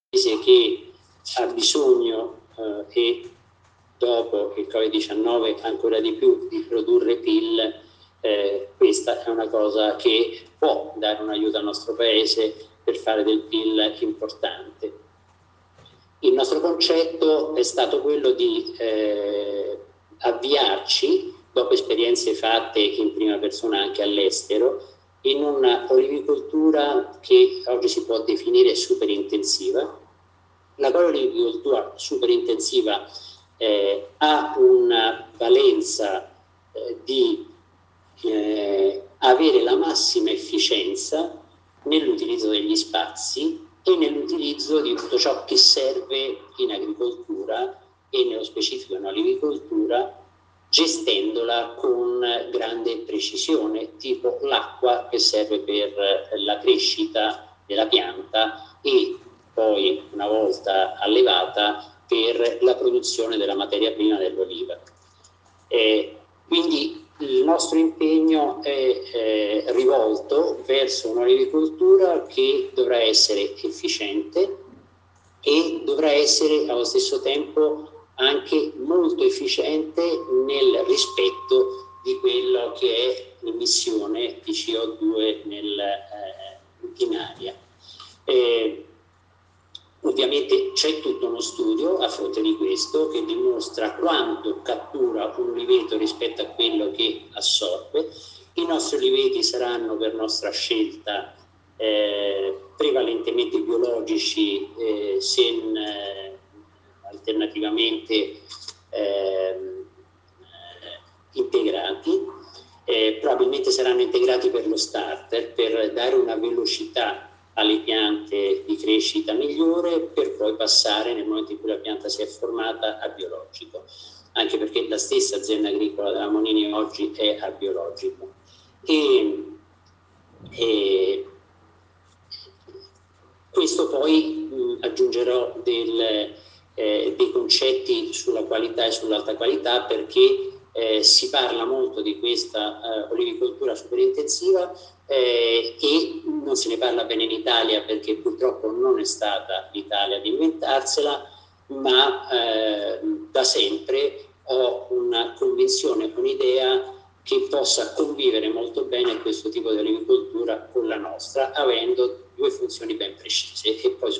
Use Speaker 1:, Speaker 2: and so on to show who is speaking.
Speaker 1: che ha bisogno e dopo il Covid-19 ancora di più di produrre PIL, questa è una cosa che può dare un aiuto al nostro paese per fare del PIL importante. Il nostro concetto è stato quello di avviarci, dopo esperienze fatte in prima persona anche all'estero, in una olivicoltura che oggi si può definire super intensiva, la quale olivicoltura super intensiva ha una valenza di avere la massima efficienza nell'utilizzo degli spazi e nell'utilizzo di tutto ciò che serve in agricoltura e nello specifico in olivicoltura, gestendola con grande precisione, tipo l'acqua che serve per la crescita della pianta e poi, una volta allevata, per la produzione della materia prima dell'oliva. Quindi il nostro impegno è rivolto verso un'olivicoltura che dovrà essere efficiente e dovrà essere allo stesso tempo anche molto efficiente nel rispetto di quello che è l'emissione di CO2 in aria. Ovviamente c'è tutto uno studio a fronte di questo che dimostra quanto cattura un oliveto rispetto a quello che assorbe. I nostri oliveti saranno per nostra scelta prevalentemente biologici, se alternativamente integrati. Probabilmente saranno integrati per lo starter, per dare una velocità alle piante di crescita migliore, per poi passare, nel momento in cui la pianta si è formata, a biologico, anche perché la stessa azienda agricola della Monini oggi è a biologico. Questo poi aggiungerò dei concetti sulla qualità e sull'alta qualità, perché si parla molto di questa olivicoltura superintensiva e non se ne parla bene in Italia, perché purtroppo non è stata l'Italia ad inventarsela, ma da sempre ho una convinzione, un'idea che possa convivere molto bene questo tipo di olivicoltura con la nostra, avendo due funzioni ben precise, e poi